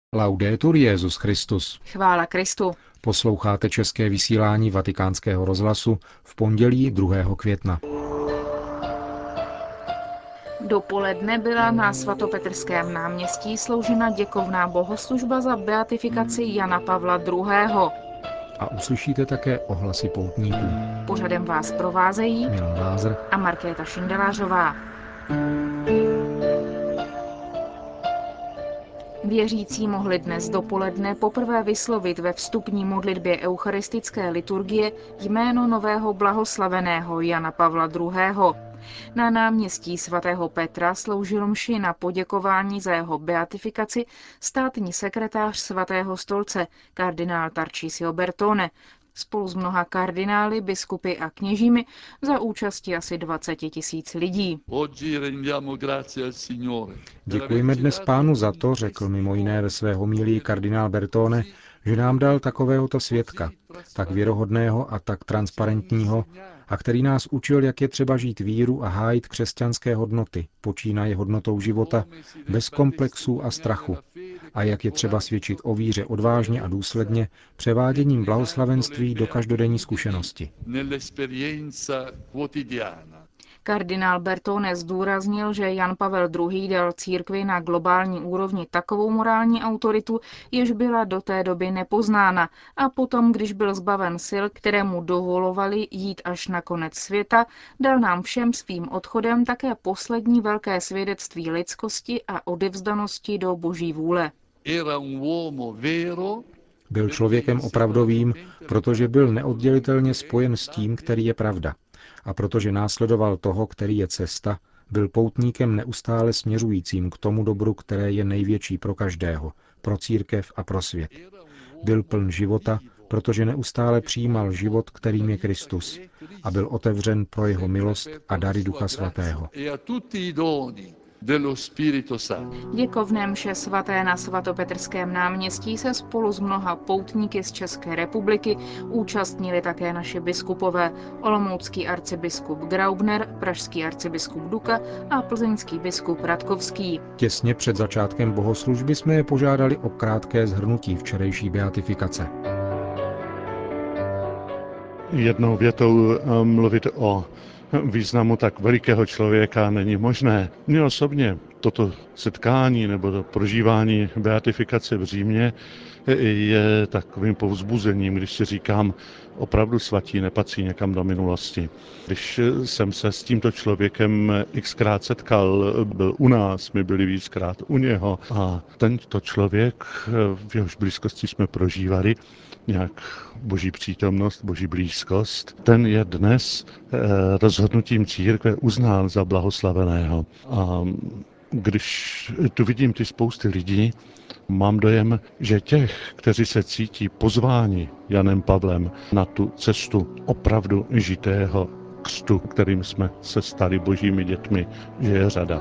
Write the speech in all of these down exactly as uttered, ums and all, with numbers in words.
Laudetur Jesus Christus. Chvála Kristu. Posloucháte české vysílání Vatikánského rozhlasu v pondělí druhého května. Dopoledne byla na svatopetrském náměstí sloužena děkovná bohoslužba za beatifikaci Jana Pavla druhého. A uslyšíte také ohlasy poutníků. Pořadem vás provázejí Milan Lázr a Markéta Šindelářová. Věřící mohli dnes dopoledne poprvé vyslovit ve vstupní modlitbě eucharistické liturgie jméno nového blahoslaveného Jana Pavla druhého. Na náměstí svatého Petra sloužil mši na poděkování za jeho beatifikaci státní sekretář svatého stolce kardinál Tarcisio Bertone spolu s mnoha kardinály, biskupy a kněžími za účasti asi dvacet tisíc lidí. Děkujeme dnes Pánu za to, řekl mimo jiné ve své homílii kardinál Bertone, že nám dal takovéhoto svědka, tak věrohodného a tak transparentního, a který nás učil, jak je třeba žít víru a hájit křesťanské hodnoty, počínaje hodnotou života, bez komplexů a strachu, a jak je třeba svědčit o víře odvážně a důsledně, převáděním blahoslavenství do každodenní zkušenosti. Kardinál Bertone zdůraznil, že Jan Pavel druhý. Dal církvi na globální úrovni takovou morální autoritu, jež byla do té doby nepoznána, a potom, když byl zbaven sil, které mu dovolovali jít až na konec světa, dal nám všem svým odchodem také poslední velké svědectví lidskosti a odevzdanosti do Boží vůle. Byl člověkem opravdovým, protože byl neoddělitelně spojen s tím, který je pravda. A protože následoval toho, který je cesta, byl poutníkem neustále směřujícím k tomu dobru, které je největší pro každého, pro církev a pro svět. Byl pln života, protože neustále přijímal život, kterým je Kristus, a byl otevřen pro jeho milost a dary Ducha Svatého. Děkovné mše svaté na svatopetrském náměstí se spolu s mnoha poutníky z České republiky účastnili také naši biskupové, olomoucký arcibiskup Graubner, pražský arcibiskup Duka a plzeňský biskup Ratkovský. Těsně před začátkem bohoslužby jsme je požádali o krátké shrnutí včerejší beatifikace. Jednou větou mluvit o významu tak velikého člověka není možné. Mně osobně toto setkání nebo to prožívání beatifikace v Římě je takovým povzbuzením, když si říkám, opravdu svatí nepatří někam do minulosti. Když jsem se s tímto člověkem xkrát setkal, byl u nás, my byli víckrát u něho a tento člověk, v jehož blízkosti jsme prožívali nějak boží přítomnost, boží blízkost, ten je dnes rozhodnutím církve uznán za blahoslaveného. A když tu vidím ty spousty lidí, mám dojem, že těch, kteří se cítí pozváni Janem Pavlem na tu cestu opravdu žitého křtu, kterým jsme se stali božími dětmi, že je řada.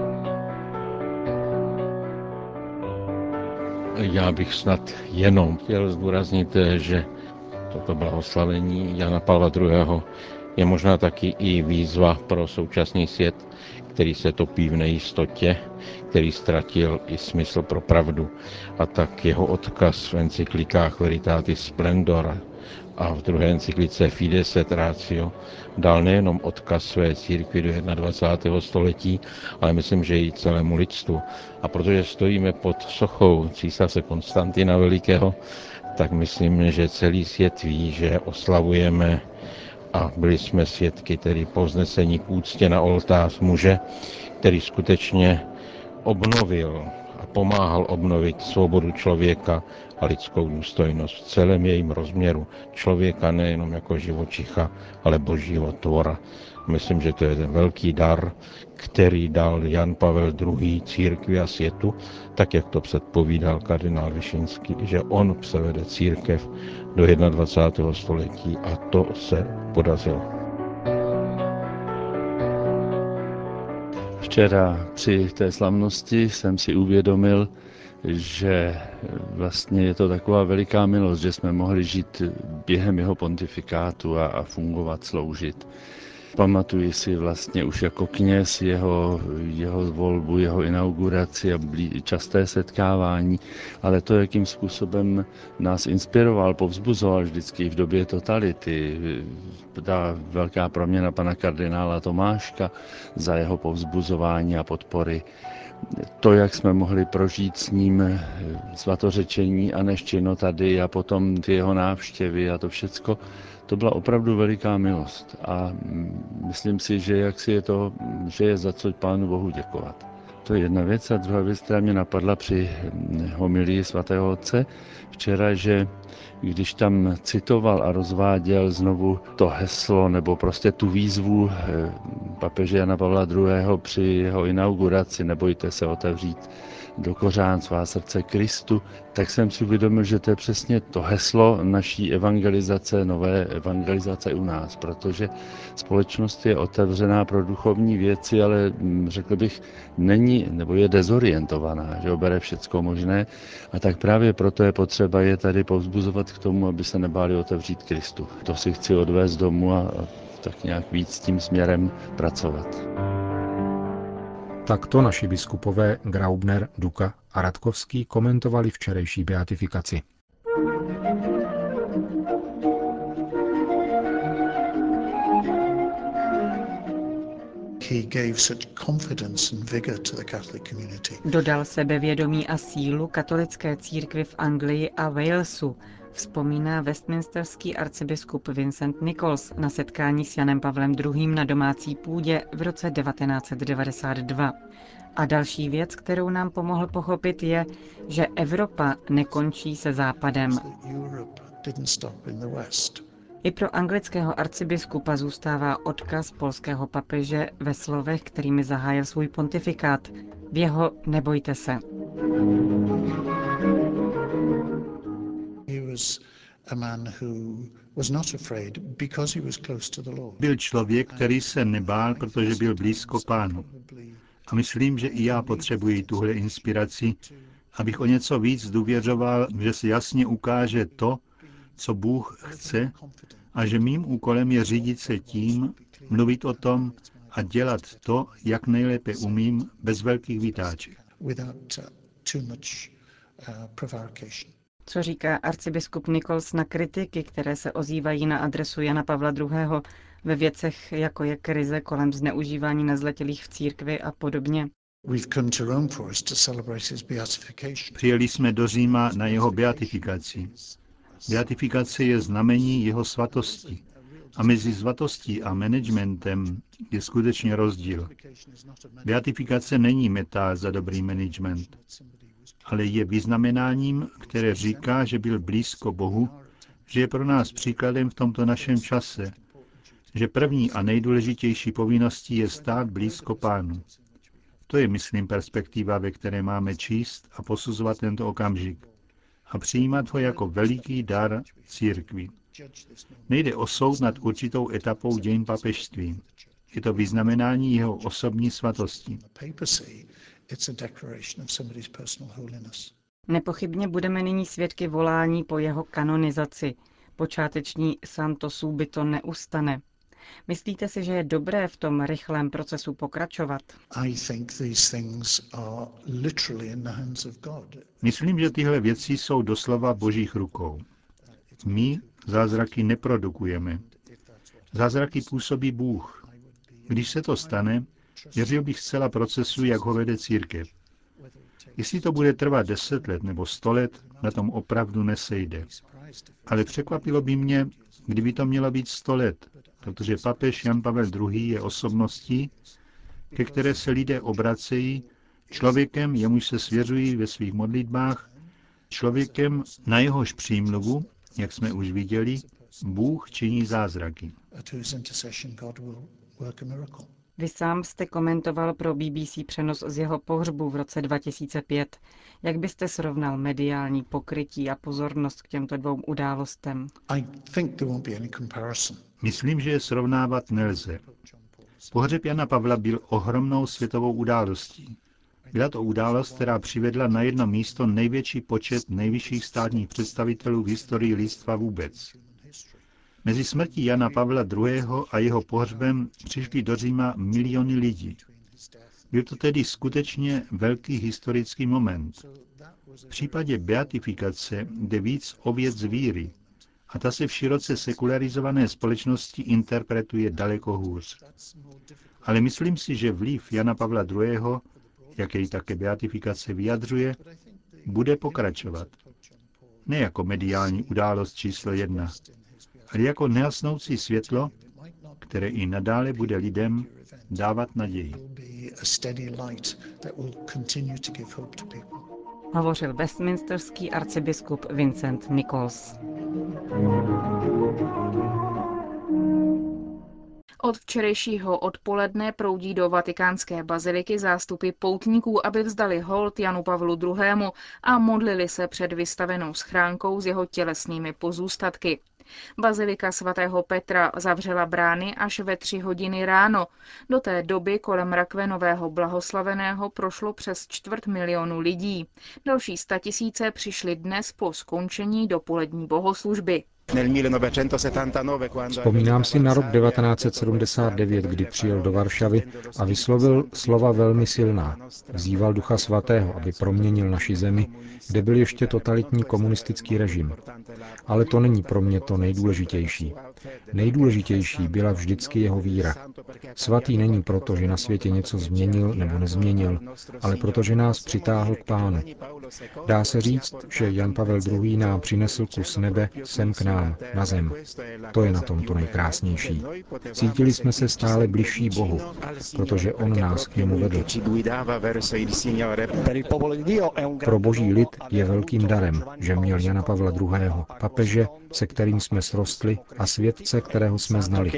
Já bych snad jenom chtěl zdůraznit, že toto blahoslavení Jana Pavla druhého. je možná taky i výzva pro současný svět, který se topí v nejistotě, který ztratil i smysl pro pravdu. A tak jeho odkaz v encyklikách Veritatis Splendor a v druhé encyklice Fides et Ratio dal nejenom odkaz své církvi do dvacátého prvního století, ale myslím, že i celému lidstvu. A protože stojíme pod sochou císaře Konstantina Velikého, tak myslím, že celý svět ví, že oslavujeme a byli jsme svědky tedy povznesení k úctě na oltář muže, který skutečně obnovil a pomáhal obnovit svobodu člověka a lidskou důstojnost v celém jejím rozměru. Člověka nejenom jako živočicha, ale božího tvora. Myslím, že to je ten velký dar, který dal Jan Pavel druhý. církvi a světu, tak jak to předpovídal kardinál Vyšinský, že on převede církev do dvacátého prvního století a to se podařilo. Včera při té slavnosti jsem si uvědomil, že vlastně je to taková veliká milost, že jsme mohli žít během jeho pontifikátu a, a fungovat, sloužit. Pamatuji si vlastně už jako kněz jeho, jeho volbu, jeho inauguraci a blí, časté setkávání, ale to, jakým způsobem nás inspiroval, povzbuzoval vždycky v době totality, ta velká proměna pana kardinála Tomáška za jeho povzbuzování a podpory. To, jak jsme mohli prožít s ním svatořečení a neštěno tady a potom ty jeho návštěvy a to všecko, to byla opravdu veliká milost. A myslím si, že jak si je to, že je za co Pánu Bohu děkovat. To je jedna věc. A druhá věc, která mě napadla při homilii svatého otce včera, že když tam citoval a rozváděl znovu to heslo nebo prostě tu výzvu papeže Jana Pavla druhého. při jeho inauguraci, nebojte se otevřít do kořán svá srdce Kristu, tak jsem si uvědomil, že to je přesně to heslo naší evangelizace, nové evangelizace u nás, protože společnost je otevřená pro duchovní věci, ale řekl bych, není nebo je dezorientovaná, že obere všecko možné a tak právě proto je potřeba je tady povzbuzovat k tomu, aby se nebáli otevřít Kristu. To si chci odvést domů a, a tak nějak víc s tím směrem pracovat. Takto naši biskupové Graubner, Duka a Radkovský komentovali včerejší beatifikaci. Dodal sebevědomí a sílu katolické církvi v Anglii a Walesu, vzpomíná westminsterský arcibiskup Vincent Nichols na setkání s Janem Pavlem druhým. na domácí půdě v roce devatenáct set devadesát dva. A další věc, kterou nám pomohl pochopit, je, že Evropa nekončí se Západem. I pro anglického arcibiskupa zůstává odkaz polského papeže ve slovech, kterými zahájil svůj pontifikát. V jeho nebojte se. Byl člověk, který se nebál, protože byl blízko Pánu. A myslím, že i já potřebuji tuhle inspiraci, abych o něco víc důvěřoval, že se jasně ukáže to, co Bůh chce, a že mým úkolem je řídit se tím, mluvit o tom a dělat to, jak nejlépe umím, bez velkých vytáček. Co říká arcibiskup Nichols na kritiky, které se ozývají na adresu Jana Pavla druhého. ve věcech, jako je krize kolem zneužívání nezletilých v církvi a podobně? Přijeli jsme do Říma na jeho beatifikaci. Beatifikace je znamení jeho svatosti. A mezi svatostí a managementem je skutečně rozdíl. Beatifikace není meta za dobrý management, ale je vyznamenáním, které říká, že byl blízko Bohu, že je pro nás příkladem v tomto našem čase, že první a nejdůležitější povinností je stát blízko Pánu. To je, myslím, perspektiva, ve které máme číst a posuzovat tento okamžik a přijímat ho jako veliký dar církvi. Nejde o soud nad určitou etapou dějin papežství. Je to vyznamenání jeho osobní svatosti. Nepochybně budeme nyní svědky volání po jeho kanonizaci. Počáteční Santo Subito neustane. Myslíte si, že je dobré v tom rychlém procesu pokračovat? Myslím, že tyhle věci jsou doslova Božích rukou. My zázraky neprodukujeme. Zázraky působí Bůh. Když se to stane, věřil bych zcela procesu, jak ho vede církev. Jestli to bude trvat deset let nebo sto let, na tom opravdu nesejde. Ale překvapilo by mě, kdyby to mělo být sto let, protože papež Jan Pavel druhý. Je osobností, ke které se lidé obracejí, člověkem, jemuž se svěřují ve svých modlitbách, člověkem, na jehož přímluvu, jak jsme už viděli, Bůh činí zázraky. Vy sám jste komentoval pro B B C přenos z jeho pohřbu v roce dva tisíce pět. Jak byste srovnal mediální pokrytí a pozornost k těmto dvou událostem? Myslím, že je srovnávat nelze. Pohřeb Jana Pavla byl ohromnou světovou událostí. Byla to událost, která přivedla na jedno místo největší počet nejvyšších státních představitelů v historii lidstva vůbec. Mezi smrtí Jana Pavla druhého. A jeho pohřbem přišli do Říma miliony lidí. Byl to tedy skutečně velký historický moment. V případě beatifikace jde víc o věc víry a ta se v široce sekularizované společnosti interpretuje daleko hůř. Ale myslím si, že vliv Jana Pavla druhého., jak jej také beatifikace vyjadřuje, bude pokračovat. Ne jako mediální událost číslo jedna, ale jako nejasnoucí světlo, které i nadále bude lidem dávat naději. Hovořil westminsterský arcibiskup Vincent Nichols. Od včerejšího odpoledne proudí do vatikánské baziliky zástupy poutníků, aby vzdali hold Janu Pavlu druhému. a modlili se před vystavenou schránkou s jeho tělesnými pozůstatky. Bazilika svatého Petra zavřela brány až ve tři hodiny ráno. Do té doby kolem rakve nového blahoslaveného prošlo přes čtvrt milionu lidí. Další statisíce přišli dnes po skončení dopolední bohoslužby. Vzpomínám si na rok devatenáct set sedmdesát devět, kdy přijel do Varšavy a vyslovil slova velmi silná. Vzýval Ducha Svatého, aby proměnil naši zemi, kde byl ještě totalitní komunistický režim. Ale to není pro mě to nejdůležitější. Nejdůležitější byla vždycky jeho víra. Svatý není proto, že na světě něco změnil nebo nezměnil, ale protože nás přitáhl k Pánu. Dá se říct, že Jan Pavel druhý. nám přinesl kus nebe sem k nám, na zem. To je na tom to nejkrásnější. Cítili jsme se stále bližší Bohu, protože on nás k němu vedl. Pro boží lid je velkým darem, že měl Jana Pavla druhého. papeže, se kterým jsme srostli, a světce, kterého jsme znali.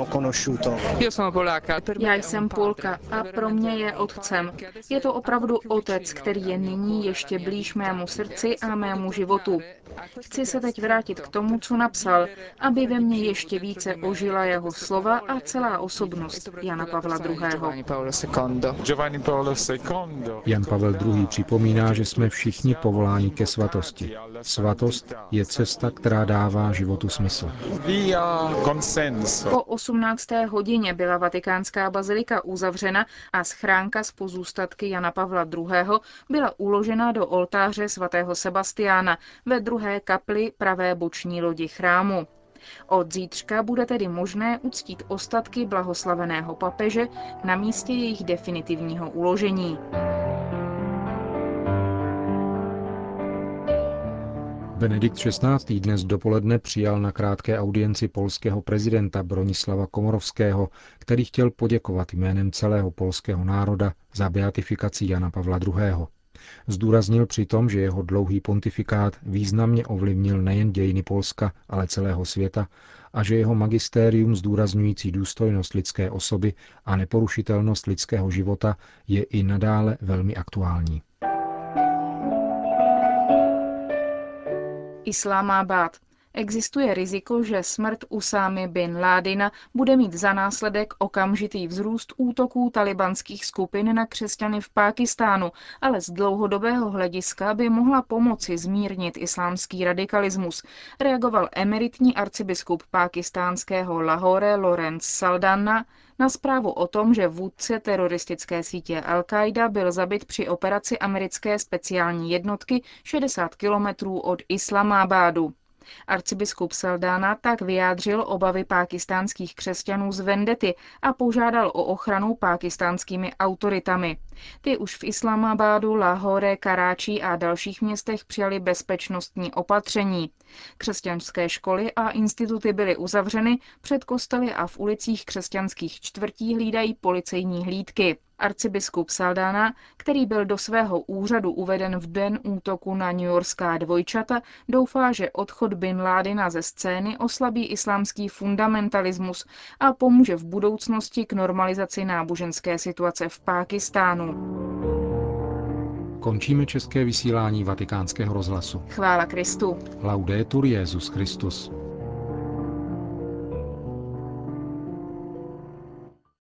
Já jsem Polka a pro mě je otcem. Je to opravdu otec, který je nyní ještě blíž mému srdci a mému životu. Chci se teď vrátit k tomu, co napsal, aby ve mně ještě více ožila jeho slova a celá osobnost Jana Pavla druhého. Jan Pavel druhý. připomíná, že jsme všichni povoláni ke svatosti. Svatost je cesta, která dává životu smysl. Po osmnácté hodině byla vatikánská bazilika uzavřena a schránka s pozůstatky Jana Pavla druhého. byla uložena do oltáře svatého Sebastiána ve druhé kapli pravé boční lodi chrámu. Od zítřka bude tedy možné uctít ostatky blahoslaveného papeže na místě jejich definitivního uložení. Benedikt šestnáctý. dnes dopoledne přijal na krátké audienci polského prezidenta Bronislava Komorovského, který chtěl poděkovat jménem celého polského národa za beatifikaci Jana Pavla druhého. Zdůraznil přitom, že jeho dlouhý pontifikát významně ovlivnil nejen dějiny Polska, ale celého světa a že jeho magistérium zdůrazňující důstojnost lidské osoby a neporušitelnost lidského života je i nadále velmi aktuální. Islámábád. Existuje riziko, že smrt Usámy bin Ládina bude mít za následek okamžitý vzrůst útoků talibanských skupin na křesťany v Pákistánu, ale z dlouhodobého hlediska by mohla pomoci zmírnit islámský radikalismus, reagoval emeritní arcibiskup pákistánského Lahore Lawrence Saldanha na zprávu o tom, že vůdce teroristické sítě Al-Qaida byl zabit při operaci americké speciální jednotky šedesát kilometrů od Islámábádu. Arcibiskup Saldanha tak vyjádřil obavy pákistánských křesťanů z vendety a požádal o ochranu pákistánskými autoritami. Ty už v Islámábádu, Lahore, Karáčí a dalších městech přijali bezpečnostní opatření. Křesťanské školy a instituty byly uzavřeny, před kostely a v ulicích křesťanských čtvrtí hlídají policejní hlídky. Arcibiskup Saldanha, který byl do svého úřadu uveden v den útoku na newyorská dvojčata, doufá, že odchod bin Ládina ze scény oslabí islámský fundamentalismus a pomůže v budoucnosti k normalizaci náboženské situace v Pákistánu. Končíme české vysílání Vatikánského rozhlasu. Chvála Kristu. Laudetur Jesus Christus.